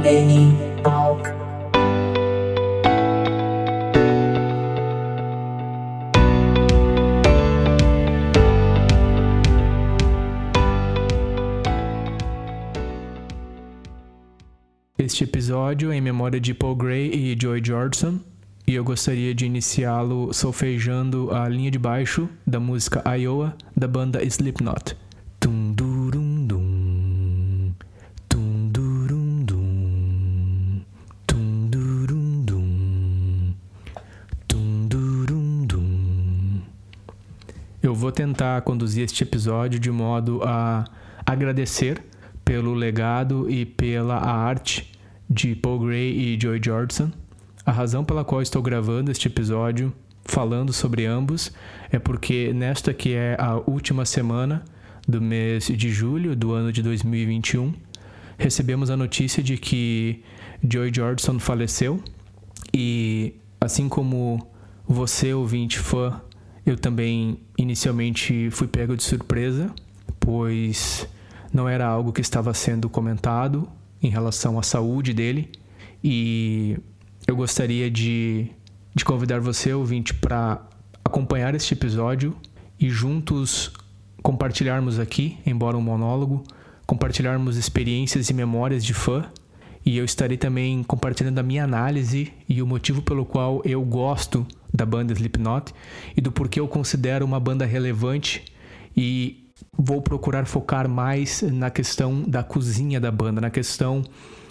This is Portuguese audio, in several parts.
Neni Talk. Este episódio é em memória de Paul Gray e Joy Jordison, e eu gostaria de iniciá-lo solfejando a linha de baixo da música Iowa, da banda Slipknot. Tum durum dum, tum durum dum, tum durum dum, tum durum dum. Eu vou tentar conduzir este episódio de modo a agradecer pelo legado e pela arte de Paul Gray e Joy Jordison. A razão pela qual estou gravando este episódio falando sobre ambos é porque nesta que é a última semana do mês de julho do ano de 2021, recebemos a notícia de que Joy Jordison faleceu e, assim como você, ouvinte fã, eu também inicialmente fui pego de surpresa, pois não era algo que estava sendo comentado em relação à saúde dele, e eu gostaria de convidar você, ouvinte, para acompanhar este episódio e juntos compartilharmos aqui, embora um monólogo, compartilharmos experiências e memórias de fã, e eu estarei também compartilhando a minha análise e o motivo pelo qual eu gosto da banda Slipknot e do porquê eu considero uma banda relevante, e vou procurar focar mais na questão da cozinha da banda, na questão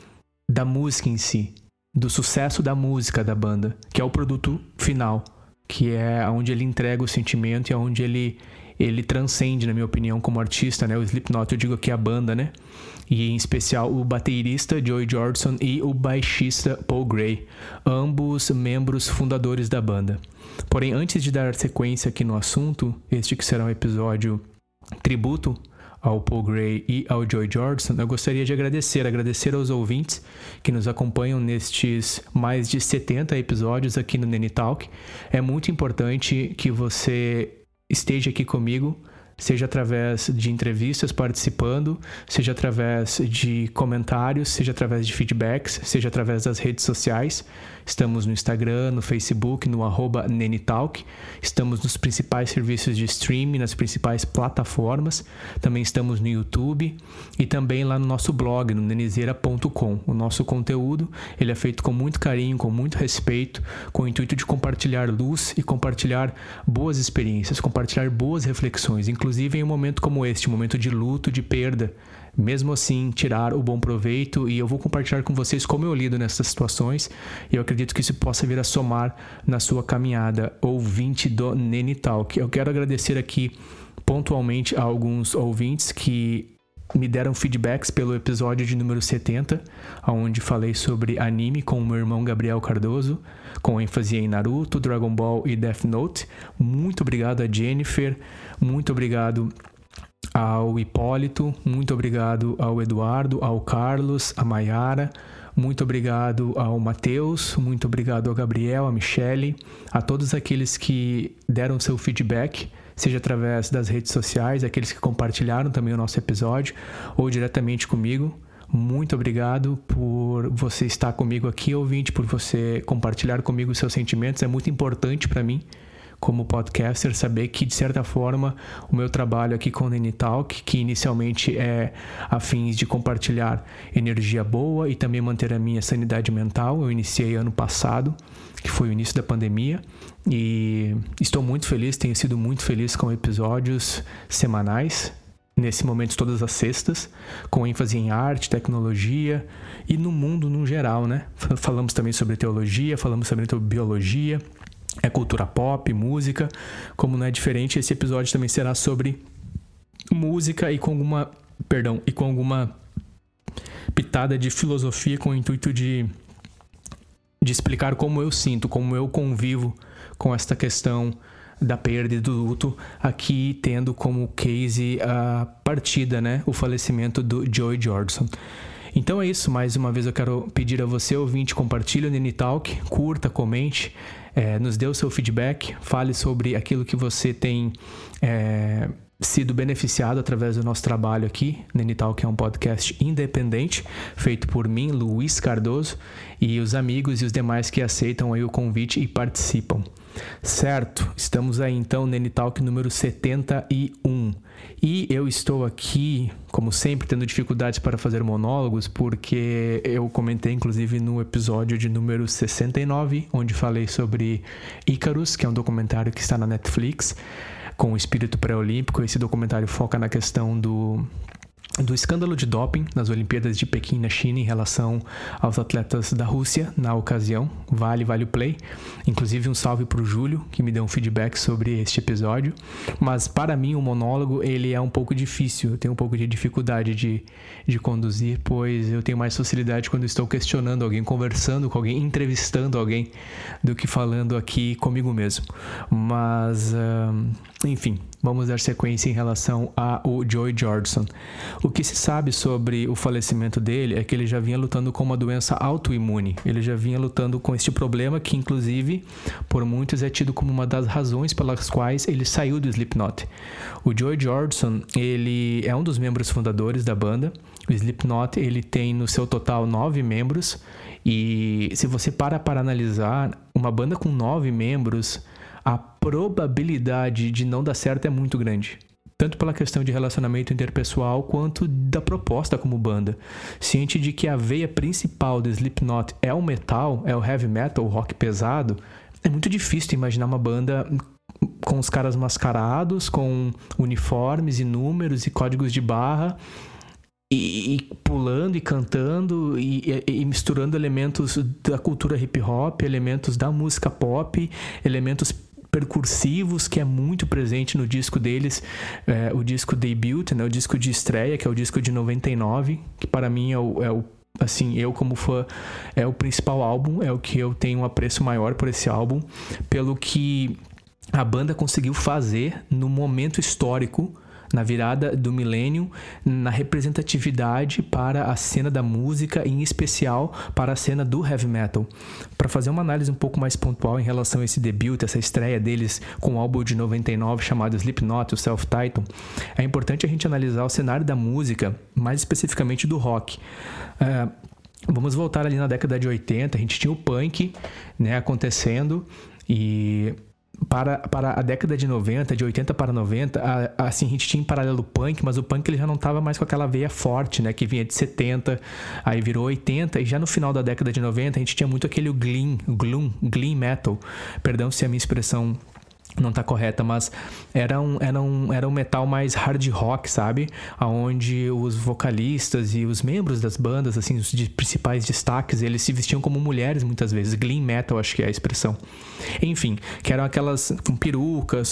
da música em si, do sucesso da música da banda, que é o produto final, que é onde ele entrega o sentimento e é onde ele transcende, na minha opinião, como artista, né? O Slipknot, eu digo aqui a banda, né? E em especial o baterista Joy Jordison e o baixista Paul Gray, ambos membros fundadores da banda. Porém, antes de dar sequência aqui no assunto, este que será um episódio tributo ao Paul Gray e ao Joy Jordison, eu gostaria de agradecer aos ouvintes que nos acompanham nestes mais de 70 episódios aqui no Neni Talk. É muito importante que você esteja aqui comigo, seja através de entrevistas participando, seja através de comentários, seja através de feedbacks, seja através das redes sociais. Estamos no Instagram, no Facebook, no @NeniTalk. Estamos nos principais serviços de streaming, nas principais plataformas. Também estamos no YouTube e também lá no nosso blog, no nenizeira.com. O nosso conteúdo, ele é feito com muito carinho, com muito respeito, com o intuito de compartilhar luz e compartilhar boas experiências, compartilhar boas reflexões, inclusive em um momento como este, um momento de luto, de perda. Mesmo assim, tirar o bom proveito, e eu vou compartilhar com vocês como eu lido nessas situações, e eu acredito que isso possa vir a somar na sua caminhada, ouvinte do Neni Talk. Eu quero agradecer aqui pontualmente a alguns ouvintes que me deram feedbacks pelo episódio de número 70, onde falei sobre anime com o meu irmão Gabriel Cardoso, com ênfase em Naruto, Dragon Ball e Death Note. Muito obrigado a Jennifer, muito obrigado ao Hipólito, muito obrigado ao Eduardo, ao Carlos, a Maiara, muito obrigado ao Matheus, muito obrigado ao Gabriel, a Michele, a todos aqueles que deram seu feedback, seja através das redes sociais, aqueles que compartilharam também o nosso episódio, ou diretamente comigo. Muito obrigado por você estar comigo aqui, ouvinte, por você compartilhar comigo os seus sentimentos. É muito importante para mim, como podcaster, saber que, de certa forma, o meu trabalho aqui com o Neni Talk, que inicialmente é a fins de compartilhar energia boa e também manter a minha sanidade mental. Eu iniciei ano passado, que foi o início da pandemia, e estou muito feliz, tenho sido muito feliz com episódios semanais, nesse momento todas as sextas, com ênfase em arte, tecnologia e no mundo no geral, né? Falamos também sobre teologia, falamos também sobre biologia, cultura pop, música. Como não é diferente, esse episódio também será sobre música e com alguma pitada de filosofia, com o intuito de explicar como eu sinto, como eu convivo com esta questão da perda e do luto, aqui tendo como case a partida, né? O falecimento do Joy Jordison. Então é isso, mais uma vez eu quero pedir a você, ouvinte, compartilhe o Neni Talk, curta, comente, nos dê o seu feedback, fale sobre aquilo que você tem sido beneficiado através do nosso trabalho aqui, Nenital, que é um podcast independente, feito por mim, Luiz Cardoso, e os amigos e os demais que aceitam aí o convite e participam. Certo, estamos aí então, Nenitalk número 71. E eu estou aqui, como sempre, tendo dificuldades para fazer monólogos, porque eu comentei, inclusive, no episódio de número 69, onde falei sobre Icarus, que é um documentário que está na Netflix, com o espírito pré-olímpico. Esse documentário foca na questão do escândalo de doping nas Olimpíadas de Pequim, na China, em relação aos atletas da Rússia na ocasião. Vale o play. Inclusive um salve para o Júlio, que me deu um feedback sobre este episódio. Mas para mim o monólogo ele é um pouco difícil, eu tenho um pouco de dificuldade de conduzir, pois eu tenho mais facilidade quando estou questionando alguém, conversando com alguém, entrevistando alguém, do que falando aqui comigo mesmo. Mas, enfim, vamos dar sequência em relação ao Joey Jordison. O que se sabe sobre o falecimento dele é que ele já vinha lutando com uma doença autoimune. Ele já vinha lutando com este problema que, inclusive, por muitos é tido como uma das razões pelas quais ele saiu do Slipknot. O Joey Jordison, ele é um dos membros fundadores da banda. O Slipknot, ele tem no seu total 9 membros. E se você para analisar, uma banda com 9 membros, a probabilidade de não dar certo é muito grande. Tanto pela questão de relacionamento interpessoal, quanto da proposta como banda. Ciente de que a veia principal do Slipknot é o metal, é o heavy metal, o rock pesado, é muito difícil imaginar uma banda com os caras mascarados, com uniformes e números e códigos de barra, e pulando e cantando e misturando elementos da cultura hip hop, elementos da música pop, elementos percursivos, que é muito presente no disco deles, o disco debut, né, o disco de estreia, que é o disco de 99, que para mim assim, eu como fã, é o principal álbum, é o que eu tenho um apreço maior por esse álbum, pelo que a banda conseguiu fazer no momento histórico, na virada do milênio, na representatividade para a cena da música, em especial para a cena do heavy metal. Para fazer uma análise um pouco mais pontual em relação a esse debut, essa estreia deles com o álbum de 99 chamado Slipknot, o Self-Titled, é importante a gente analisar o cenário da música, mais especificamente do rock. Vamos voltar ali na década de 80, a gente tinha o punk, né, acontecendo, e para a década de 90, de 80 para 90, assim, a gente tinha em paralelo o punk, mas o punk ele já não estava mais com aquela veia forte, né, que vinha de 70, aí virou 80, e já no final da década de 90 a gente tinha muito aquele glam metal, perdão se a minha expressão não tá correta, mas era um metal mais hard rock, sabe? Onde os vocalistas e os membros das bandas, assim, os principais destaques, eles se vestiam como mulheres muitas vezes. Glam metal, acho que é a expressão. Enfim, que eram aquelas com perucas,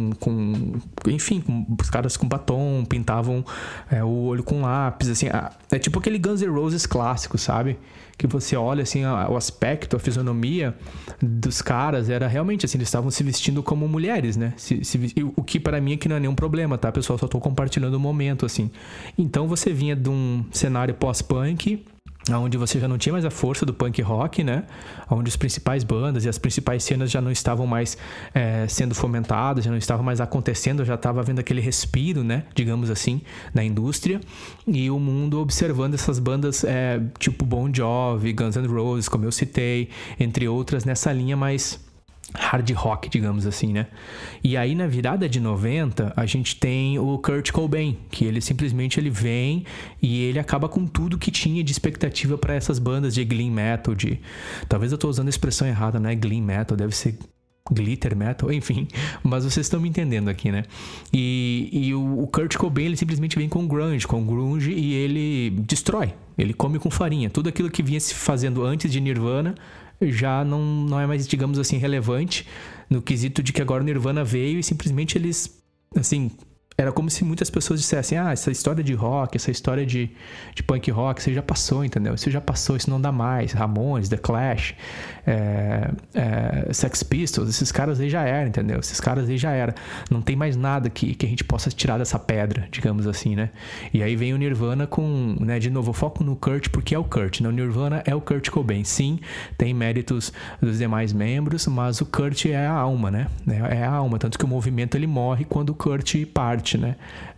enfim, com os caras com batom, pintavam o olho com lápis, assim. É tipo aquele Guns N' Roses clássico, sabe? Que você olha, assim, o aspecto, a fisionomia dos caras era realmente, assim, eles estavam se vestindo como mulheres, né? O que para mim aqui não é nenhum problema, tá, pessoal? Só tô compartilhando o momento, assim. Então você vinha de um cenário pós-punk, onde você já não tinha mais a força do punk rock, né? Onde as principais bandas e as principais cenas já não estavam mais sendo fomentadas, já não estavam mais acontecendo, já estava havendo aquele respiro, né? Digamos assim, na indústria. E o mundo observando essas bandas tipo Bon Jovi, Guns N' Roses, como eu citei, entre outras, nessa linha mais hard rock, digamos assim, né? E aí na virada de 90 a gente tem o Kurt Cobain, que ele simplesmente vem e ele acaba com tudo que tinha de expectativa para essas bandas de glam metal, talvez eu tô usando a expressão errada, né? Glam metal, deve ser glitter metal, enfim, mas vocês estão me entendendo aqui, né? E o Kurt Cobain, ele simplesmente vem com grunge e ele destrói, ele come com farinha, tudo aquilo que vinha se fazendo antes de Nirvana já não é mais, digamos assim, relevante, no quesito de que agora o Nirvana veio e simplesmente eles, assim, era como se muitas pessoas dissessem, essa história de rock, essa história de punk rock, você já passou, entendeu? Isso já passou, isso não dá mais. Ramones, The Clash, Sex Pistols, esses caras aí já eram, entendeu? Esses caras aí já eram. Não tem mais nada que a gente possa tirar dessa pedra, digamos assim, né? E aí vem o Nirvana com, né, de novo, eu foco no Kurt porque é o Kurt, né? O Nirvana é o Kurt Cobain. Sim, tem méritos dos demais membros, mas o Kurt é a alma, né? É a alma, tanto que o movimento ele morre quando o Kurt parte. morte, né?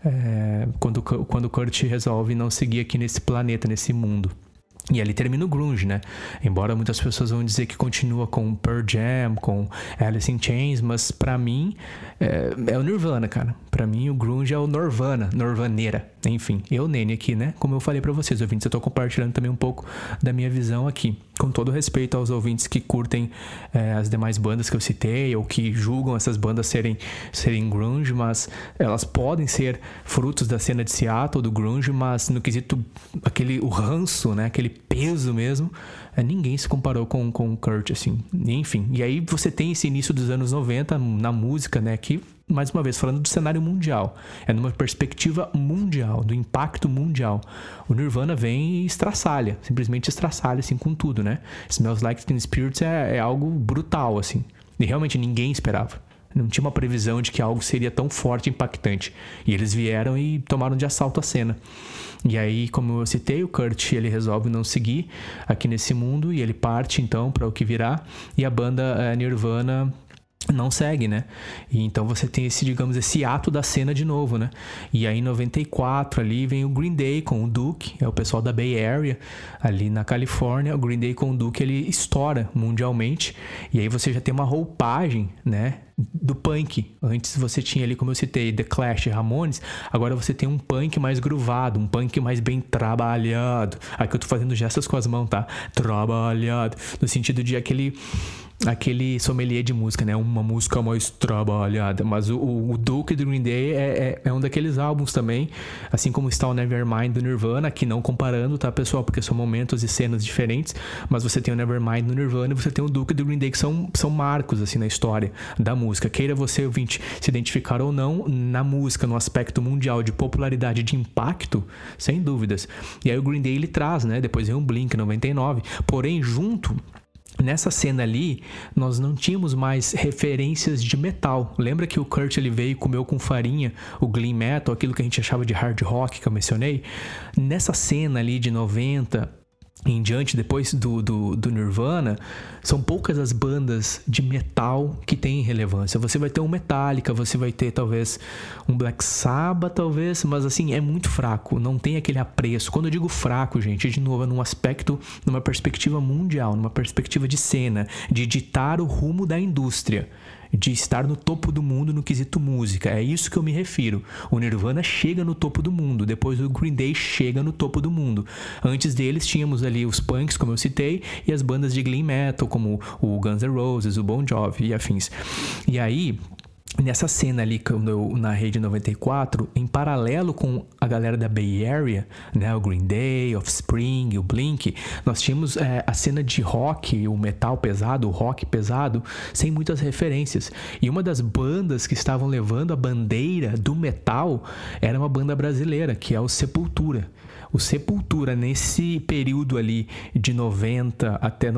Quando o Kurt resolve não seguir aqui nesse planeta, nesse mundo. E ali termina o grunge, né? Embora muitas pessoas vão dizer que continua com Pearl Jam, com Alice in Chains, mas pra mim é o Nirvana, cara. Pra mim o grunge é o Nirvana, Nirvaneira. Enfim, eu, Nene, aqui, né? Como eu falei pra vocês, ouvintes, eu tô compartilhando também um pouco da minha visão aqui. Com todo respeito aos ouvintes que curtem as demais bandas que eu citei, ou que julgam essas bandas serem grunge, mas elas podem ser frutos da cena de Seattle, do grunge, mas no quesito, o ranço, né? Aquele peso mesmo, ninguém se comparou com o Kurt, assim. Enfim, e aí você tem esse início dos anos 90 na música, né? Que, mais uma vez, falando do cenário mundial. É numa perspectiva mundial, do impacto mundial. O Nirvana vem e estraçalha, simplesmente estraçalha, assim, com tudo, né? Smells Like Teen Spirit é algo brutal, assim. E realmente ninguém esperava. Não tinha uma previsão de que algo seria tão forte e impactante. E eles vieram e tomaram de assalto a cena. E aí, como eu citei, o Kurt, ele resolve não seguir aqui nesse mundo e ele parte, então, para o que virá. E a banda Nirvana não segue, né? E então você tem esse ato da cena de novo, né? E aí em 94 ali vem o Green Day com o Duke, é o pessoal da Bay Area, ali na Califórnia. O Green Day com o Duke, ele estoura mundialmente. E aí você já tem uma roupagem, né? Do punk. Antes você tinha ali, como eu citei, The Clash, Ramones. Agora você tem um punk mais groovado, um punk mais bem trabalhado. Aqui eu tô fazendo gestos com as mãos, tá? Trabalhado. No sentido de aquele sommelier de música, né? Uma música mais trabalhada. Mas o Duke do Green Day é um daqueles álbuns também, assim como está o Nevermind do Nirvana, que não comparando, tá, pessoal? Porque são momentos e cenas diferentes, mas você tem o Nevermind do Nirvana e você tem o Duke do Green Day, que são marcos, assim, na história da música. Queira você, ouvinte, se identificar ou não na música, no aspecto mundial de popularidade, de impacto, sem dúvidas. E aí o Green Day, ele traz, né? Depois vem o Blink-182, porém, junto nessa cena ali, nós não tínhamos mais referências de metal. Lembra que o Kurt, ele veio e comeu com farinha o glam metal, aquilo que a gente achava de hard rock, que eu mencionei? Nessa cena ali de 90 em diante, depois do Nirvana, são poucas as bandas de metal que têm relevância. Você vai ter um Metallica, você vai ter talvez um Black Sabbath, talvez, mas assim, é muito fraco, não tem aquele apreço. Quando eu digo fraco, gente, de novo, é num aspecto, numa perspectiva mundial, numa perspectiva de cena, de ditar o rumo da indústria, de estar no topo do mundo no quesito música. É isso que eu me refiro. O Nirvana chega no topo do mundo, depois o Green Day chega no topo do mundo. Antes deles tínhamos ali os punks, como eu citei, e as bandas de glam metal, como o Guns N' Roses, o Bon Jovi e afins. E aí, nessa cena ali, quando eu narrei de 94, em paralelo com a galera da Bay Area, né, o Green Day, Offspring, o Blink, nós tínhamos a cena de rock, o metal pesado, o rock pesado, sem muitas referências. E uma das bandas que estavam levando a bandeira do metal era uma banda brasileira, que é o Sepultura. O Sepultura, nesse período ali de 90 até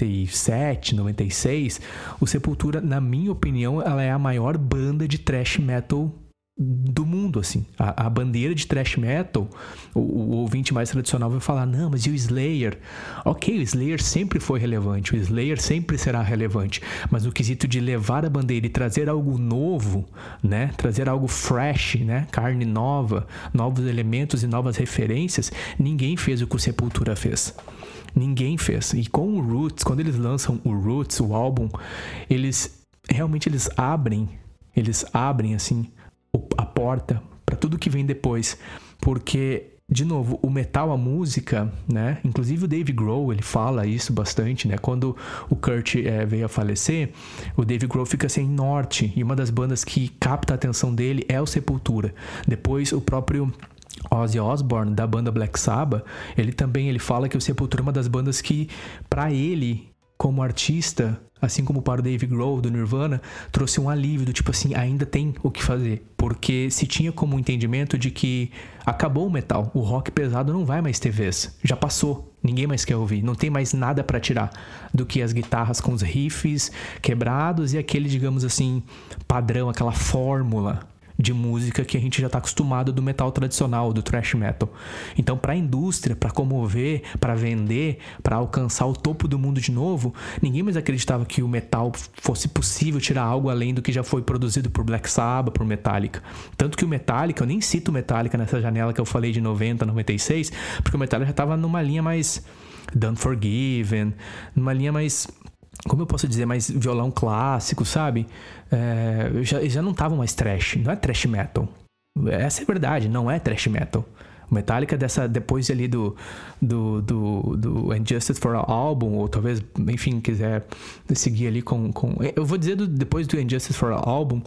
97, 96, o Sepultura, na minha opinião, ela é a maior banda de thrash metal do mundo, assim. A bandeira de thrash metal, o ouvinte mais tradicional vai falar, não, mas e o Slayer? Ok, o Slayer sempre foi relevante, o Slayer sempre será relevante, mas no quesito de levar a bandeira e trazer algo novo, né? Trazer algo fresh, né? Carne nova, novos elementos e novas referências, ninguém fez o que o Sepultura fez. Ninguém fez. E com o Roots, quando eles lançam o Roots, o álbum, eles abrem assim a porta para tudo que vem depois, porque, de novo, o metal, a música, né? Inclusive o Dave Grohl, ele fala isso bastante, né? Quando o Kurt veio a falecer, o Dave Grohl fica sem norte, e uma das bandas que capta a atenção dele é o Sepultura. Depois, o próprio Ozzy Osbourne, da banda Black Sabbath, ele fala que o Sepultura é uma das bandas que, para ele, como artista, assim como para o Dave Grohl do Nirvana, trouxe um alívio do tipo assim, ainda tem o que fazer, porque se tinha como entendimento de que acabou o metal, o rock pesado não vai mais ter vez, já passou, ninguém mais quer ouvir, não tem mais nada para tirar do que as guitarras com os riffs quebrados e aquele, digamos assim, padrão, aquela fórmula de música que a gente já tá acostumado do metal tradicional, do thrash metal. Então, pra indústria, pra comover, pra vender, pra alcançar o topo do mundo de novo, ninguém mais acreditava que o metal fosse possível tirar algo além do que já foi produzido por Black Sabbath, por Metallica. Tanto que o Metallica, eu nem cito o Metallica nessa janela que eu falei de 90, 96, porque o Metallica já tava numa linha mais Unforgiven, numa linha mais, como eu posso dizer, mais violão clássico, sabe? Já não tava mais thrash, não é thrash metal. Essa é a verdade, não é thrash metal. O Metallica depois ali do Injustice for All Album, ou talvez, enfim, quiser seguir ali com eu vou dizer depois do Injustice for All Album,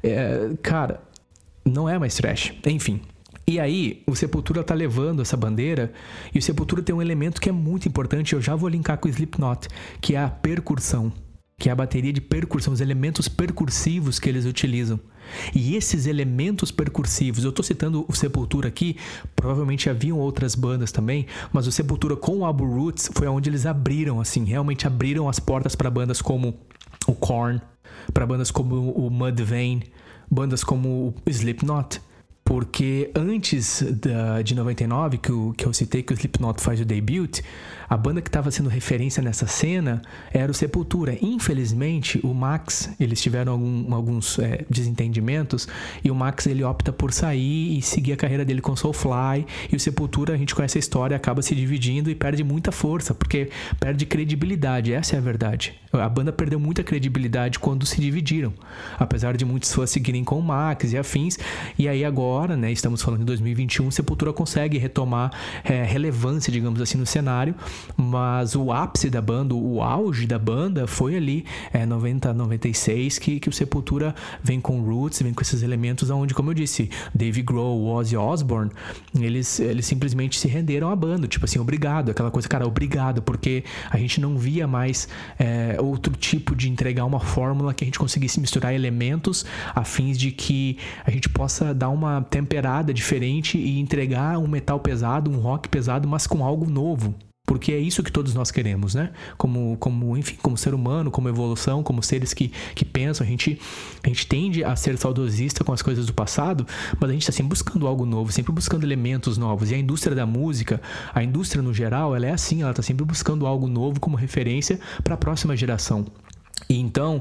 cara, não é mais thrash, enfim. E aí, o Sepultura tá levando essa bandeira, e o Sepultura tem um elemento que é muito importante, eu já vou linkar com o Slipknot, que é a percussão, que é a bateria de percussão, os elementos percursivos que eles utilizam. E esses elementos percursivos, eu tô citando o Sepultura aqui, provavelmente haviam outras bandas também, mas o Sepultura com o álbum Roots foi onde eles abriram, assim, realmente abriram as portas para bandas como o Korn, para bandas como o Mudvayne, bandas como o Slipknot. Porque antes de 99, que eu citei que o Slipknot faz o debut, a banda que estava sendo referência nessa cena era o Sepultura. Infelizmente, o Max, eles tiveram alguns desentendimentos, e o Max ele opta por sair e seguir a carreira dele com Soulfly, e o Sepultura, a gente conhece a história, acaba se dividindo e perde muita força, porque perde credibilidade, essa é a verdade. A banda perdeu muita credibilidade quando se dividiram, apesar de muitos fãs seguirem com o Max e afins, e aí agora, né, estamos falando em 2021, Sepultura consegue retomar relevância, digamos assim, no cenário, mas o ápice da banda, o auge da banda foi ali 90, 96, que o Sepultura vem com Roots, vem com esses elementos onde, como eu disse, Dave Grohl, Ozzy Osbourne, eles simplesmente se renderam à banda, tipo assim, obrigado, aquela coisa, cara, obrigado, porque a gente não via mais outro tipo de entregar uma fórmula que a gente conseguisse misturar elementos a fins de que a gente possa dar uma temperada diferente e entregar um metal pesado, um rock pesado, mas com algo novo. Porque é isso que todos nós queremos, né? Enfim, como ser humano, como evolução, como seres que pensam, a gente tende a ser saudosista com as coisas do passado, mas a gente está sempre buscando algo novo, sempre buscando elementos novos. E a indústria da música, a indústria no geral, ela é assim, ela está sempre buscando algo novo como referência para a próxima geração. E então,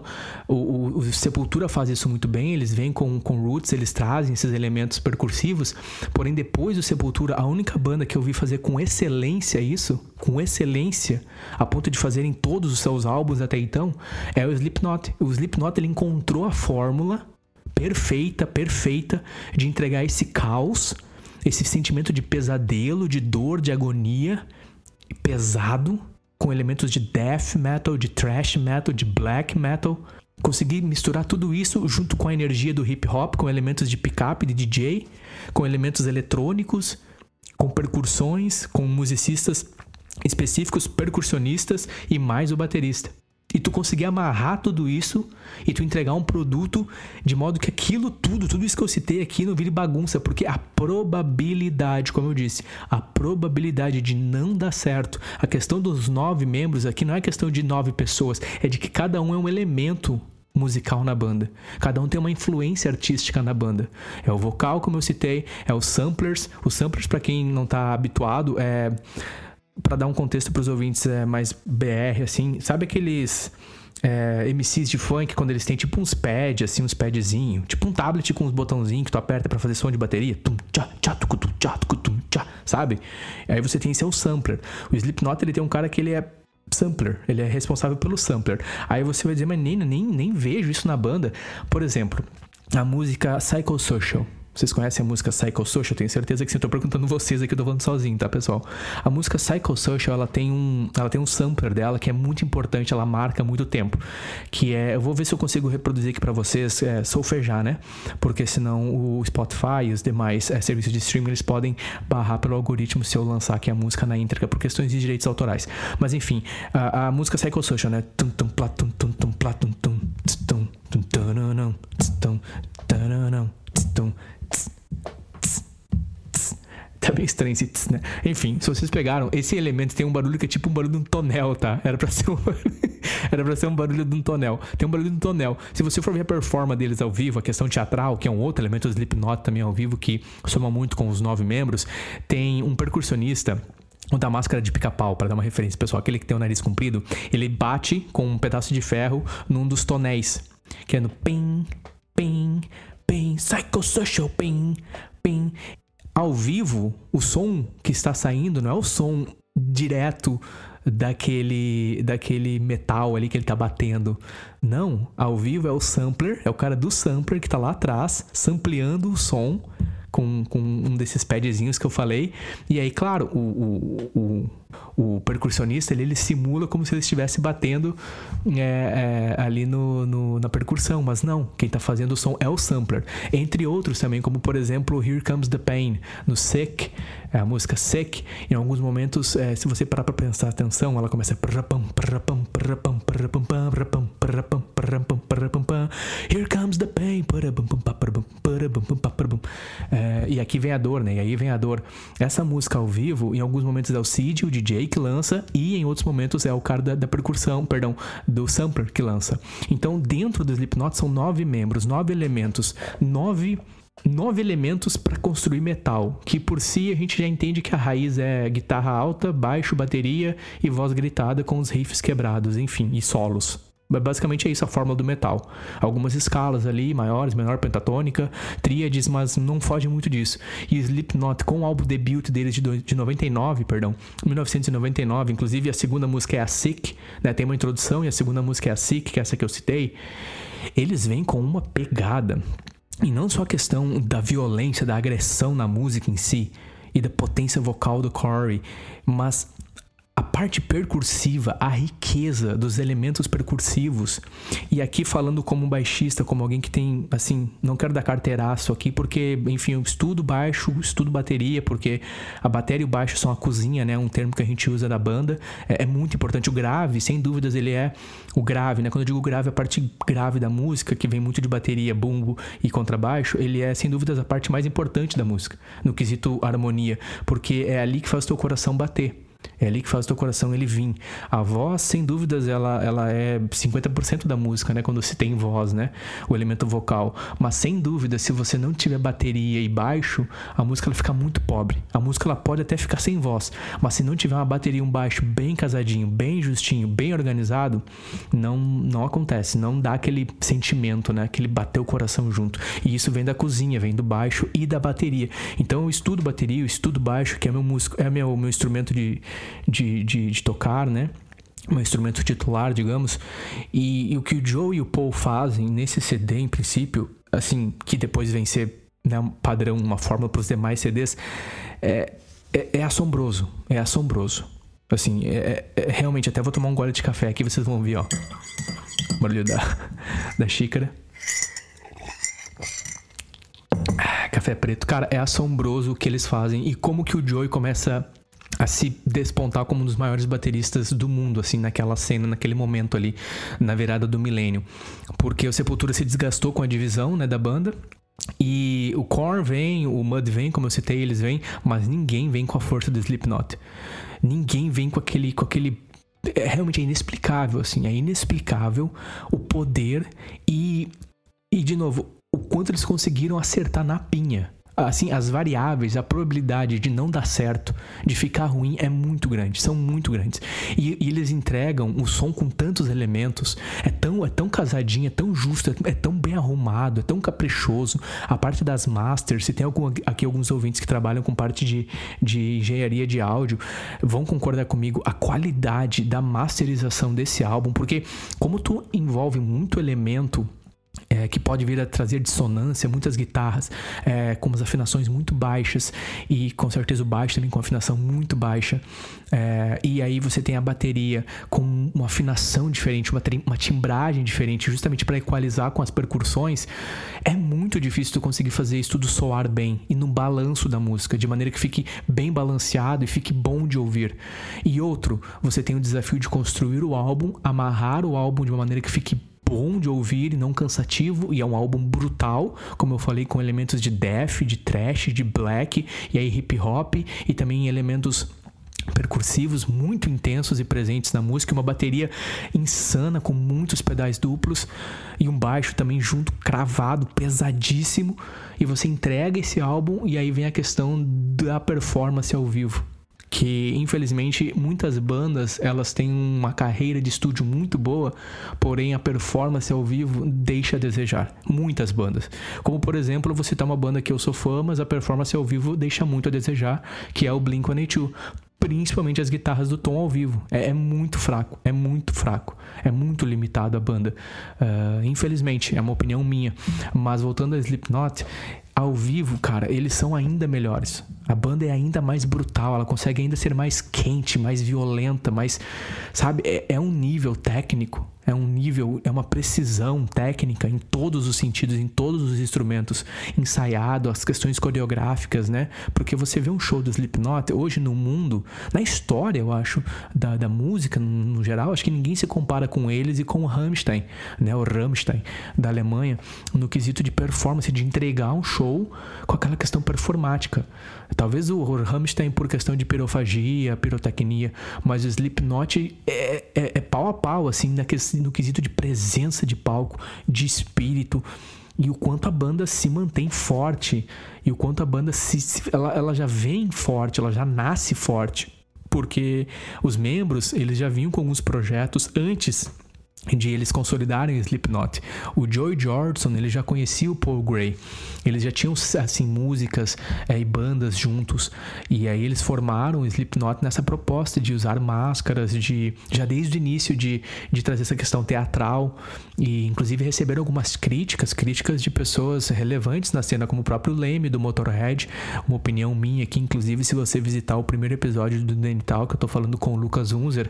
o Sepultura faz isso muito bem, eles vêm com Roots, eles trazem esses elementos percursivos, porém depois do Sepultura, a única banda que eu vi fazer com excelência isso, com excelência, a ponto de fazerem todos os seus álbuns até então, é o Slipknot. O Slipknot, ele encontrou a fórmula perfeita de entregar esse caos, esse sentimento de pesadelo, de dor, de agonia, pesado, com elementos de death metal, de thrash metal, de black metal. Consegui misturar tudo isso junto com a energia do hip hop, com elementos de pick-up, de DJ, com elementos eletrônicos, com percussões, com musicistas específicos, percussionistas e mais o baterista. E tu conseguir amarrar tudo isso e tu entregar um produto de modo que tudo isso que eu citei aqui não vire bagunça, porque a probabilidade, como eu disse, a probabilidade de não dar certo, a questão dos 9 membros aqui não é questão de 9 pessoas, é de que cada um é um elemento musical na banda. Cada um tem uma influência artística na banda. É o vocal, como eu citei, é os samplers. Os samplers, para quem não tá habituado, para dar um contexto para os ouvintes mais BR, assim, sabe aqueles MCs de funk quando eles têm tipo uns pads, assim, uns padzinhos, tipo um tablet com uns botãozinhos que tu aperta para fazer som de bateria, sabe? Aí você tem esse é o sampler. O Slipknot, ele tem um cara que ele é sampler, ele é responsável pelo sampler. Aí você vai dizer, mas nem vejo isso na banda. Por exemplo, a música Psychosocial. Vocês conhecem a música Psychosocial? Tenho certeza que sim. Eu tô perguntando vocês aqui, eu tô falando sozinho, tá, pessoal? A música Psychosocial, ela tem um sampler dela que é muito importante, ela marca muito tempo. Que eu vou ver se eu consigo reproduzir aqui pra vocês, solfejar, né? Porque senão o Spotify e os demais serviços de streaming, eles podem barrar pelo algoritmo se eu lançar aqui a música na íntegra, por questões de direitos autorais. Mas enfim, a música Psychosocial, né? Tá bem estranho esse né? Enfim, se vocês pegaram, esse elemento tem um barulho que é tipo um barulho de um tonel, tá? Era pra ser Era pra ser um barulho de um tonel. Tem um barulho de um tonel. Se você for ver a performance deles ao vivo, a questão teatral, que é um outro elemento do Slipknot também ao vivo, que soma muito com os 9 membros, tem um percussionista, o da máscara de pica-pau, para dar uma referência, pessoal, aquele que tem o nariz comprido, ele bate com um pedaço de ferro num dos tonéis, que é no pim, pim, pim, psychosocial, pim, pim. Ao vivo, o som que está saindo não é o som direto daquele metal ali que ele tá batendo. Não, ao vivo é o sampler, é o cara do sampler que tá lá atrás, sampleando o som com um desses padzinhos que eu falei. E aí, claro, o percussionista, ele simula como se ele estivesse batendo ali na percussão, mas não, quem tá fazendo o som é o sampler. Entre outros também, como por exemplo Here Comes the Pain, no Sick, a música Sick, em alguns momentos, se você parar pra prestar atenção, ela começa Here comes the pain, e aqui vem a dor, né? E aí vem a dor. Essa música ao vivo, em alguns momentos é o Sid, o DJ, que lança, e em outros momentos é o cara da percussão, perdão, do sampler que lança. Então, dentro do Slipknot são 9 membros, 9 elementos, 9 elementos para construir metal, que por si a gente já entende que a raiz é guitarra alta, baixo, bateria e voz gritada com os riffs quebrados, enfim, e solos. Basicamente é isso a fórmula do metal. Algumas escalas ali, maiores, menor, pentatônica, tríades, mas não foge muito disso. E Slipknot, com o álbum debut deles de 1999, inclusive a segunda música é a Sick, né? Tem uma introdução e a segunda música é a Sick, que é essa que eu citei. Eles vêm com uma pegada, e não só a questão da violência, da agressão na música em si, e da potência vocal do Corey, mas a parte percursiva, a riqueza dos elementos percursivos. E aqui falando como baixista, como alguém que tem, assim, não quero dar carteiraço aqui, porque, enfim, eu estudo baixo, estudo bateria, porque a bateria e o baixo são a cozinha, né? Um termo que a gente usa da banda. É muito importante. O grave, sem dúvidas, ele é o grave, né? Quando eu digo grave, a parte grave da música, que vem muito de bateria, bumbo e contrabaixo, ele é, sem dúvidas, a parte mais importante da música, no quesito harmonia, porque é ali que faz o teu coração bater. É ali que faz o teu coração ele vir. A voz, sem dúvidas, ela é 50% da música, né? Quando se tem voz, né? O elemento vocal. Mas, sem dúvida, se você não tiver bateria e baixo, a música ela fica muito pobre. A música ela pode até ficar sem voz, mas se não tiver uma bateria e um baixo bem casadinho, bem justinho, bem organizado, não acontece. Não dá aquele sentimento, né? Aquele bater o coração junto. E isso vem da cozinha, vem do baixo e da bateria. Então, eu estudo bateria, eu estudo baixo, que é meu instrumento de tocar, né? Um instrumento titular, digamos. E o que o Joe e o Paul fazem nesse CD, em princípio, assim, que depois vem ser, né, um padrão, uma fórmula para os demais CDs, é assombroso. É assombroso. Assim, realmente, até vou tomar um gole de café aqui, vocês vão ouvir, ó. O barulho da xícara. Café preto. Cara, é assombroso o que eles fazem e como que o Joey começa a se despontar como um dos maiores bateristas do mundo, assim, naquela cena, naquele momento ali, na virada do milênio. Porque o Sepultura se desgastou com a divisão, né, da banda, e o Korn vem, o Mud vem, como eu citei, eles vêm, mas ninguém vem com a força do Slipknot. Ninguém vem com aquele realmente é inexplicável, assim, é inexplicável o poder e de novo, o quanto eles conseguiram acertar na pinha. Assim, as variáveis, a probabilidade de não dar certo, de ficar ruim é muito grande, são muito grandes. E eles entregam o som com tantos elementos, é tão casadinho, é tão justo, é tão bem arrumado, é tão caprichoso. A parte das masters, se tem aqui alguns ouvintes que trabalham com parte de engenharia de áudio, vão concordar comigo, a qualidade da masterização desse álbum, porque como tu envolve muito elemento que pode vir a trazer dissonância, muitas guitarras com umas afinações muito baixas e com certeza o baixo também com afinação muito baixa, e aí você tem a bateria com uma afinação diferente, uma timbragem diferente, justamente para equalizar com as percussões. É muito difícil tu conseguir fazer isso tudo soar bem e no balanço da música, de maneira que fique bem balanceado e fique bom de ouvir. E outro, você tem o desafio de construir o álbum, amarrar o álbum de uma maneira que fique bom de ouvir e não cansativo, e é um álbum brutal, como eu falei, com elementos de death, de thrash, de black, e aí hip hop, e também elementos percursivos muito intensos e presentes na música, uma bateria insana com muitos pedais duplos e um baixo também junto, cravado, pesadíssimo, e você entrega esse álbum e aí vem a questão da performance ao vivo, que infelizmente muitas bandas elas têm uma carreira de estúdio muito boa, porém a performance ao vivo deixa a desejar, muitas bandas, como por exemplo, vou citar uma banda que eu sou fã, mas a performance ao vivo deixa muito a desejar, que é o Blink-182, principalmente as guitarras do Tom ao vivo, é muito fraco, é muito limitado a banda, infelizmente, é uma opinião minha, mas voltando a Slipknot, ao vivo, cara, eles são ainda melhores. A banda é ainda mais brutal, ela consegue ainda ser mais quente, mais violenta, mais, sabe, é um nível técnico, é uma precisão técnica em todos os sentidos, em todos os instrumentos, ensaiado, as questões coreográficas, né? Porque você vê um show do Slipknot hoje no mundo, na história, eu acho, da música no geral, acho que ninguém se compara com eles e com o Rammstein, né? O Rammstein da Alemanha, no quesito de performance, de entregar um show com aquela questão performática. Talvez o Rammstein por questão de pirofagia, pirotecnia, mas o Slipknot é pau a pau, assim, no quesito de presença de palco, de espírito, e o quanto a banda se mantém forte, e o quanto a banda ela já vem forte, ela já nasce forte, porque os membros, eles já vinham com alguns projetos antes de eles consolidarem o Slipknot. O Joey Jordison, ele já conhecia o Paul Gray, eles já tinham assim músicas e bandas juntos, e aí eles formaram o Slipknot nessa proposta de usar máscaras, já desde o início de trazer essa questão teatral, e inclusive receberam algumas críticas de pessoas relevantes na cena, como o próprio Lemmy do Motorhead, uma opinião minha aqui, inclusive se você visitar o primeiro episódio do Nenital, que eu tô falando com o Lucas Unzer,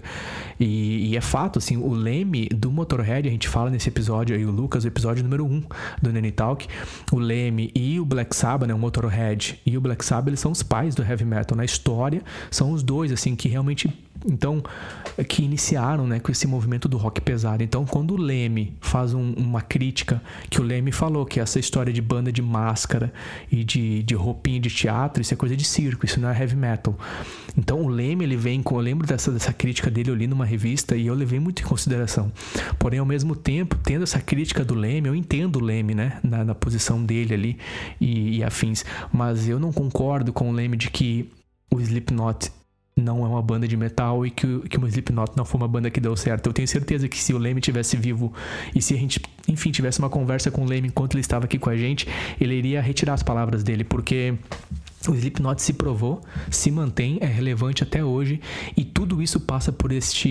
e é fato, assim, o Lemmy do Motorhead, a gente fala nesse episódio aí, o Lucas, o episódio número 1 do Nanny Talk, o Lemmy e o Black Sabbath, né, o Motorhead e o Black Sabbath, eles são os pais do heavy metal na história, são os dois, assim, que realmente, então, que iniciaram, né, com esse movimento do rock pesado. Então, quando o Lemmy faz uma crítica, que o Lemmy falou que essa história de banda de máscara e de roupinha de teatro, isso é coisa de circo, isso não é heavy metal. Então, o Lemmy, ele vem com, eu lembro dessa crítica dele, eu li numa revista e eu levei muito em consideração. Porém, ao mesmo tempo, tendo essa crítica do Lemmy, eu entendo o Lemmy, né, na posição dele ali e afins, mas eu não concordo com o Lemmy de que o Slipknot não é uma banda de metal e que o Slipknot não foi uma banda que deu certo. Eu tenho certeza que se o Lemmy tivesse vivo e se a gente, enfim, tivesse uma conversa com o Lemmy enquanto ele estava aqui com a gente, ele iria retirar as palavras dele, porque o Slipknot se provou, se mantém, é relevante até hoje, e tudo isso passa por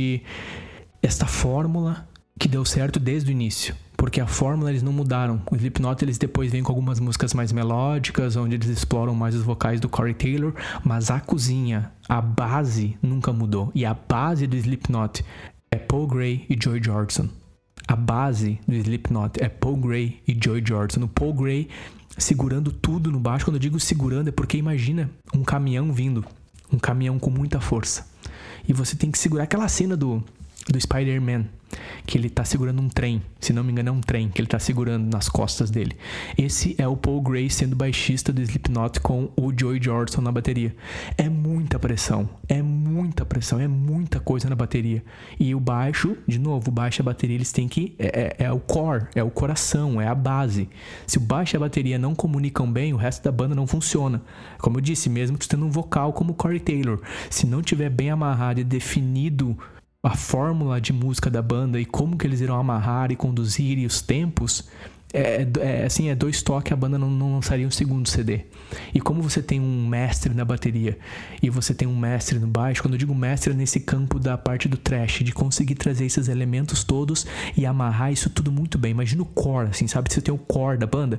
esta fórmula que deu certo desde o início. Porque a fórmula eles não mudaram. O Slipknot eles depois vêm com algumas músicas mais melódicas, onde eles exploram mais os vocais do Corey Taylor, mas a cozinha, a base nunca mudou. E a base do Slipknot é Paul Gray e Joey Jordison. A base do Slipknot é Paul Gray e Joey Jordison. O Paul Gray segurando tudo no baixo. Quando eu digo segurando é porque imagina um caminhão vindo, um caminhão com muita força, e você tem que segurar aquela cena do Spider-Man, que ele tá segurando um trem, se não me engano é um trem que ele tá segurando nas costas dele. Esse é o Paul Gray sendo baixista do Slipknot com o Joey Jordison na bateria. É muita pressão, é muita coisa na bateria. E o baixo, de novo, o baixo e a bateria, eles têm que... É o core, é o coração, é a base. Se o baixo e a bateria não comunicam bem, o resto da banda não funciona. Como eu disse, mesmo tu tendo um vocal como o Corey Taylor, se não tiver bem amarrado e definido a fórmula de música da banda e como que eles irão amarrar e conduzir e os tempos, assim, é dois toques, a banda não lançaria um segundo CD. E como você tem um mestre na bateria e você tem um mestre no baixo, quando eu digo mestre é nesse campo da parte do thrash, de conseguir trazer esses elementos todos e amarrar isso tudo muito bem. Imagina o core, assim, sabe? Você tem o core da banda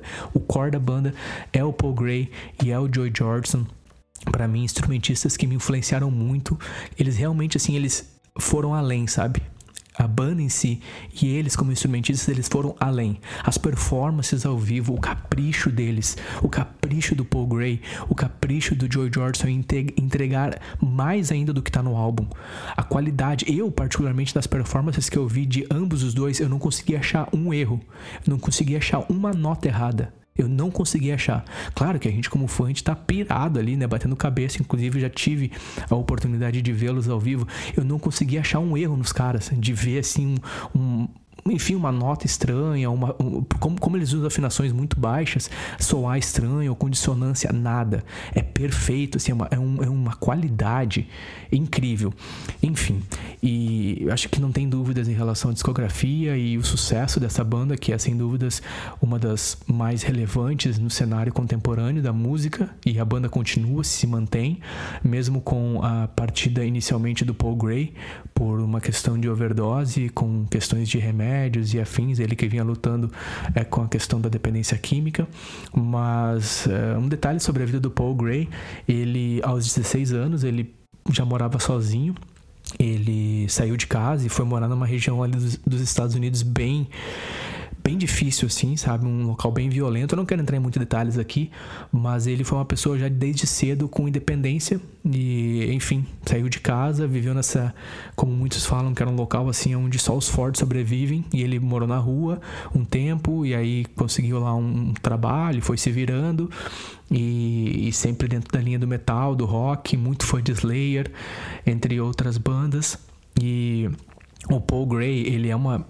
é o Paul Gray e é o Joey Jordison. Para mim, instrumentistas que me influenciaram muito, eles realmente, assim, eles foram além, sabe? A banda em si e eles como instrumentistas, eles foram além. As performances ao vivo, o capricho deles, o capricho do Paul Gray, o capricho do Joey Jordison em entregar mais ainda do que tá no álbum. A qualidade, eu particularmente das performances que eu vi de ambos os dois, eu não consegui achar um erro, eu não consegui achar uma nota errada. Eu não consegui achar. Claro que a gente, como fã, a gente tá pirado ali, né? Batendo cabeça. Inclusive, já tive a oportunidade de vê-los ao vivo. Eu não consegui achar um erro nos caras. De ver, assim, enfim, uma nota estranha, como eles usam afinações muito baixas, soar estranho, ou com dissonância, nada. É perfeito, assim, é uma qualidade incrível. Enfim, e eu acho que não tem dúvidas em relação à discografia e o sucesso dessa banda, que é, sem dúvidas, uma das mais relevantes no cenário contemporâneo da música, e a banda continua, se mantém, mesmo com a partida inicialmente do Paul Gray, por uma questão de overdose, com questões de remédios e afins, ele que vinha lutando com a questão da dependência química. Mas um detalhe sobre a vida do Paul Gray: ele, aos 16 anos, ele já morava sozinho. Ele saiu de casa e foi morar numa região ali dos Estados Unidos bem difícil, assim, sabe? Um local bem violento. Eu não quero entrar em muitos detalhes aqui, mas ele foi uma pessoa já desde cedo com independência e, enfim, saiu de casa, viveu nessa, como muitos falam, que era um local, assim, onde só os fortes sobrevivem, e ele morou na rua um tempo, e aí conseguiu lá um trabalho, foi se virando, e sempre dentro da linha do metal, do rock, muito fã de Slayer, entre outras bandas. E o Paul Gray, ele é uma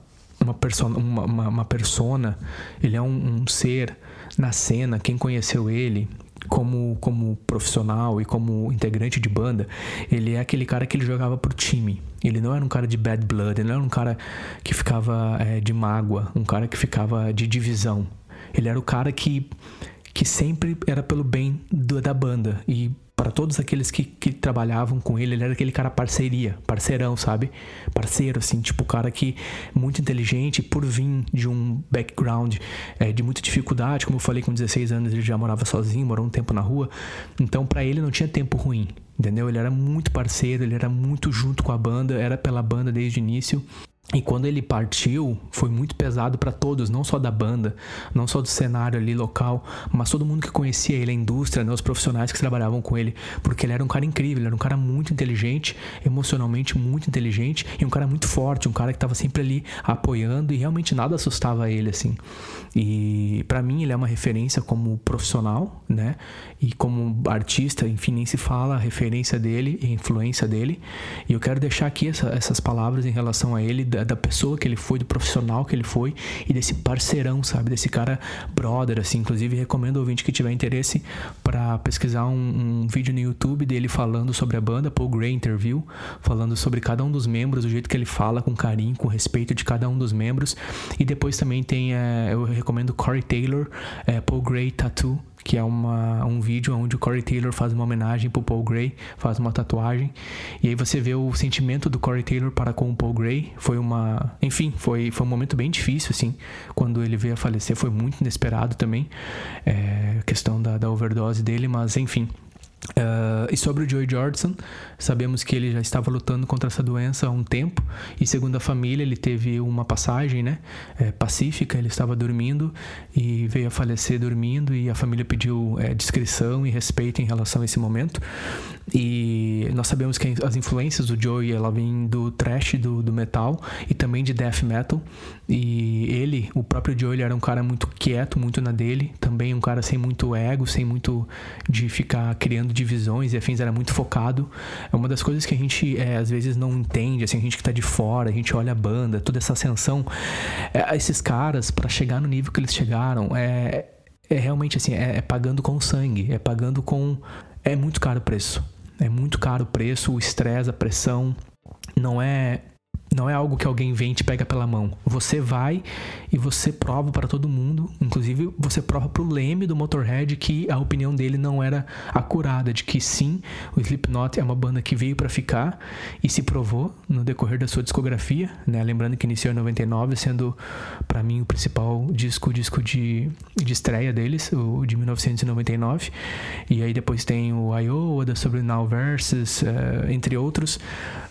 persona, ele é um ser na cena. Quem conheceu ele como profissional e como integrante de banda, ele é aquele cara que ele jogava pro time. Ele não era um cara de bad blood, ele não era um cara que ficava de mágoa, um cara que ficava de divisão. Ele era o cara que sempre era pelo bem da banda, e para todos aqueles que trabalhavam com ele era aquele cara parceirão, sabe? Parceiro, assim, tipo, cara que muito inteligente, por vir de um background de muita dificuldade. Como eu falei, com 16 anos ele já morava sozinho, morou um tempo na rua. Então, para ele não tinha tempo ruim, entendeu? Ele era muito parceiro, ele era muito junto com a banda, era pela banda desde o início. E quando ele partiu, foi muito pesado para todos, não só da banda, não só do cenário ali local, mas todo mundo que conhecia ele, a indústria, né, os profissionais que trabalhavam com ele, porque ele era um cara incrível, ele era um cara muito inteligente, emocionalmente muito inteligente, e um cara muito forte, um cara que estava sempre ali apoiando, e realmente nada assustava ele, assim. E para mim ele é uma referência como profissional, né, e como artista, enfim, nem se fala a referência dele e a influência dele. E eu quero deixar aqui essas palavras em relação a ele, da pessoa que ele foi, do profissional que ele foi, e desse parceirão, sabe? Desse cara brother, assim. Inclusive, recomendo ao ouvinte que tiver interesse para pesquisar um vídeo no YouTube dele falando sobre a banda, Paul Gray Interview, falando sobre cada um dos membros, o jeito que ele fala com carinho, com respeito de cada um dos membros. E depois também tem, eu recomendo Corey Taylor, Paul Gray Tattoo, que é um vídeo onde o Corey Taylor faz uma homenagem pro Paul Gray, faz uma tatuagem, e aí você vê o sentimento do Corey Taylor para com o Paul Gray. Foi um momento bem difícil, assim, quando ele veio a falecer, foi muito inesperado também, a questão da overdose dele, mas enfim. E sobre o Joey Jordison, sabemos que ele já estava lutando contra essa doença há um tempo, e segundo a família ele teve uma passagem, né, pacífica. Ele estava dormindo e veio a falecer dormindo, e a família pediu discrição e respeito em relação a esse momento. E nós sabemos que as influências do Joey, ela vem do thrash, do metal, e também de death metal. E o próprio Joey, ele era um cara muito quieto, muito na dele, também um cara sem muito ego, sem muito de ficar criando divisões e afins, era muito focado. É uma das coisas que a gente às vezes não entende, assim, a gente que tá de fora, a gente olha a banda, toda essa ascensão, esses caras, para chegar no nível que eles chegaram, realmente assim, pagando com sangue, pagando com... É muito caro o preço, o estresse, a pressão, não é algo que alguém vem e te pega pela mão. Você vai e você prova para todo mundo, inclusive você prova pro Leme do Motorhead que a opinião dele não era acurada, de que sim, o Slipknot é uma banda que veio para ficar, e se provou no decorrer da sua discografia, né? Lembrando que iniciou em 99, sendo para mim o principal disco de estreia deles, o de 1999, e aí depois tem o Iowa, da Subliminal Versus, entre outros,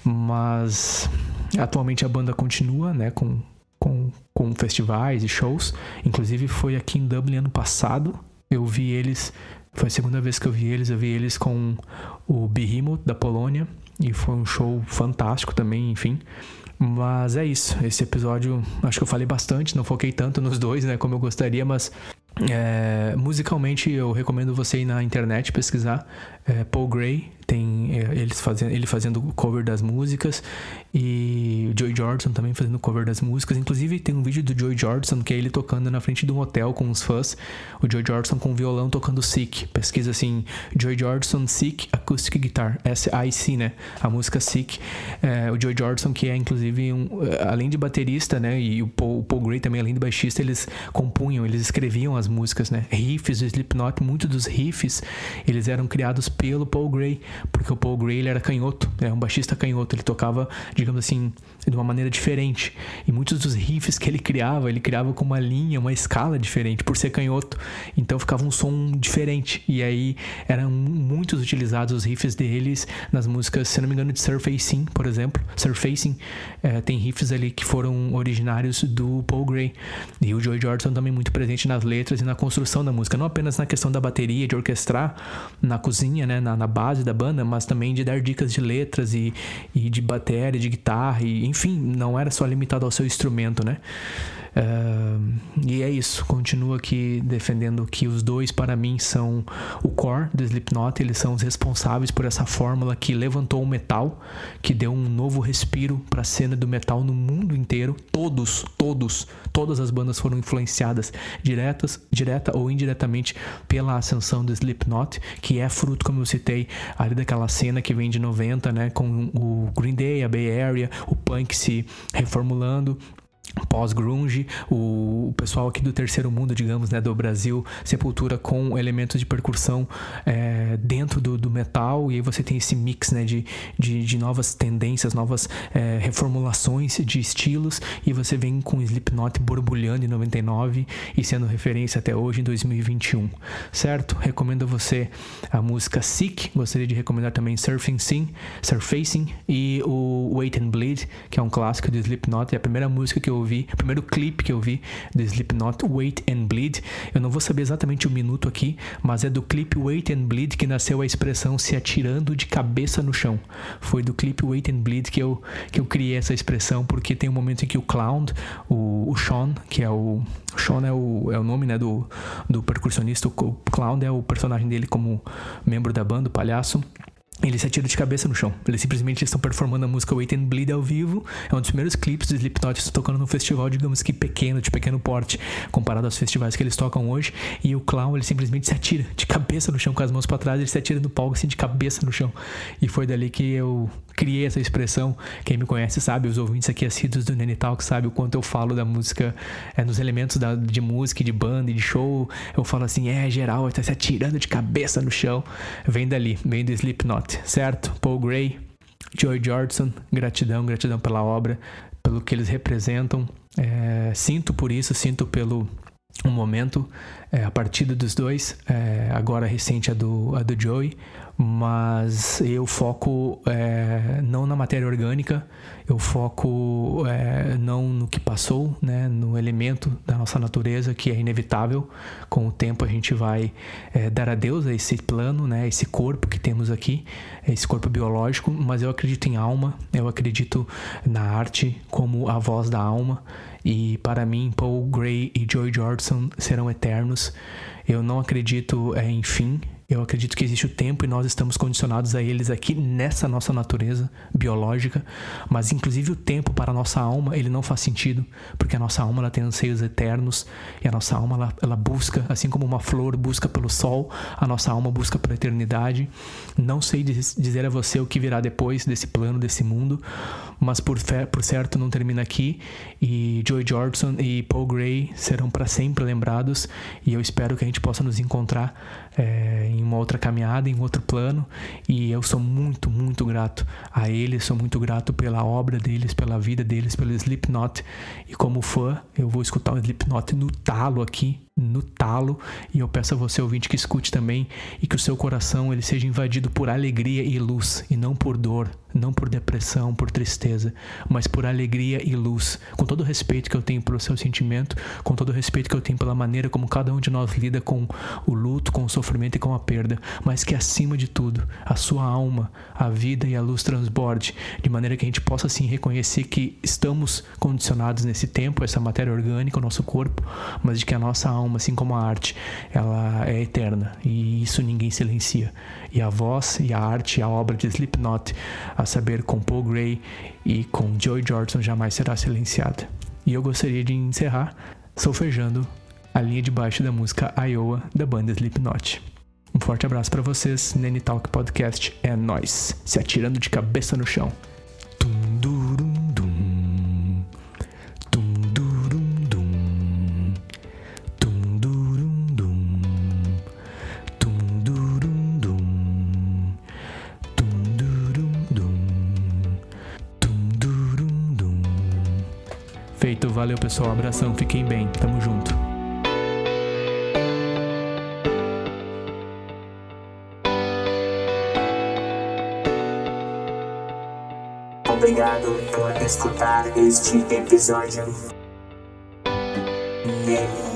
mas atualmente a banda continua, né, com festivais e shows. Inclusive foi aqui em Dublin ano passado, eu vi eles, foi a segunda vez que eu vi eles com o Behemoth da Polônia, e foi um show fantástico também, enfim. Mas é isso, esse episódio acho que eu falei bastante, não foquei tanto nos dois, né, como eu gostaria, mas Musicalmente eu recomendo você ir na internet pesquisar Paul Gray, tem ele fazendo cover das músicas, e Joy Jordison também fazendo cover das músicas. Inclusive tem um vídeo do Joy Jordison que é ele tocando na frente de um hotel com os fãs, o Joy Jordison com violão tocando Sick. Pesquisa assim, Joy Jordison Sick Acoustic Guitar, S-I-C, né, a música Sick. O Joy Jordison, que é inclusive além de baterista, né, e o Paul Gray também, além de baixista, eles compunham, eles escreviam as músicas, né, riffs do Slipknot. Muitos dos riffs eles eram criados pelo Paul Gray, porque o Paul Gray ele era canhoto, é um baixista canhoto, ele tocava, digamos assim, de uma maneira diferente, e muitos dos riffs que ele criava com uma linha, uma escala diferente, por ser canhoto, então ficava um som diferente, e aí eram muitos utilizados os riffs deles nas músicas, se não me engano, de Surfacing, por exemplo. Surfacing tem riffs ali que foram originários do Paul Gray, e o Joy Jordison também muito presente nas letras e na construção da música, não apenas na questão da bateria, de orquestrar na cozinha, né, na base da banda, mas também de dar dicas de letras e de bateria, de guitarra, e enfim, não era só limitado ao seu instrumento, né? E é isso, continuo aqui defendendo que os dois, para mim, são o core do Slipknot. Eles são os responsáveis por essa fórmula que levantou o metal, que deu um novo respiro para a cena do metal no mundo inteiro. Todas as bandas foram influenciadas direta ou indiretamente pela ascensão do Slipknot, que é fruto, como eu citei, ali daquela cena que vem de 90, né, com o Green Day, a Bay Area, o punk se reformulando, pós-grunge, o pessoal aqui do terceiro mundo, digamos, né, do Brasil, Sepultura, com elementos de percussão dentro do metal, e aí você tem esse mix, né, de novas tendências, novas reformulações de estilos, e você vem com Slipknot borbulhando em 99 e sendo referência até hoje em 2021, certo? Recomendo a você a música Sick, gostaria de recomendar também Surfacing e o Wait and Bleed, que é um clássico do Slipknot, é a primeira música que eu ouvi, o primeiro clipe que eu vi do Slipknot, Wait and Bleed. Eu não vou saber exatamente o minuto aqui, mas é do clipe Wait and Bleed que nasceu a expressão se atirando de cabeça no chão. Foi do clipe Wait and Bleed que eu criei essa expressão, porque tem um momento em que o Clown, o Sean, que é o Sean é o nome, né, do percussionista, o Clown é o personagem dele como membro da banda, o palhaço. Ele se atira de cabeça no chão. Eles simplesmente estão performando a música Wait and Bleed ao vivo. É um dos primeiros clipes do Slipknot tocando num festival, digamos que pequeno, de pequeno porte, comparado aos festivais que eles tocam hoje. E o Clown, ele simplesmente se atira de cabeça no chão, com as mãos pra trás. Ele se atira no palco, assim, de cabeça no chão. E foi dali que eu criei essa expressão. Quem me conhece sabe, os ouvintes aqui assíduos do Nene Talk sabe o quanto eu falo da música, nos elementos de música, de banda e de show. Eu falo assim, geral, tá se atirando de cabeça no chão. Vem dali, vem do Slipknot, certo? Paul Gray, Joy Jordison, gratidão pela obra, pelo que eles representam. Sinto por isso, sinto pelo um momento, a partida dos dois, agora recente a do Joey, mas eu foco não na matéria orgânica, eu foco não no que passou, né, no elemento da nossa natureza que é inevitável. Com o tempo a gente vai dar adeus a esse plano, né, esse corpo que temos aqui, esse corpo biológico, mas eu acredito em alma, eu acredito na arte como a voz da alma. E para mim, Paul Gray e Joy Jordison serão eternos. Eu não acredito em fim. Eu acredito que existe o tempo e nós estamos condicionados a eles aqui nessa nossa natureza biológica, mas inclusive o tempo para a nossa alma, ele não faz sentido, porque a nossa alma ela tem anseios eternos, e a nossa alma ela busca, assim como uma flor busca pelo sol, a nossa alma busca pela eternidade. Não sei dizer a você o que virá depois desse plano, desse mundo, mas por certo não termina aqui, e Joy Jordison e Paul Gray serão para sempre lembrados, e eu espero que a gente possa nos encontrar em uma outra caminhada, em um outro plano, e eu sou muito, muito grato a eles, sou muito grato pela obra deles, pela vida deles, pelo Slipknot, e como fã, eu vou escutar o Slipknot no talo aqui, e eu peço a você, ouvinte, que escute também, e que o seu coração ele seja invadido por alegria e luz, e não por dor, não por depressão, por tristeza, mas por alegria e luz, com todo o respeito que eu tenho pelo seu sentimento, com todo o respeito que eu tenho pela maneira como cada um de nós lida com o luto, com o sofrimento e com a perda, mas que acima de tudo, a sua alma, a vida e a luz transborde, de maneira que a gente possa assim reconhecer que estamos condicionados nesse tempo, essa matéria orgânica, o nosso corpo, mas de que a nossa alma alma, assim como a arte, ela é eterna, e isso ninguém silencia. E a voz e a arte, a obra de Slipknot, a saber, com Paul Gray e com Joey Jordison, jamais será silenciada. E eu gostaria de encerrar solfejando a linha de baixo da música Iowa, da banda Slipknot. Um forte abraço para vocês, Nene Talk Podcast é nóis, se atirando de cabeça no chão. Feito, valeu pessoal, abração, fiquem bem, tamo junto. Obrigado por escutar este episódio.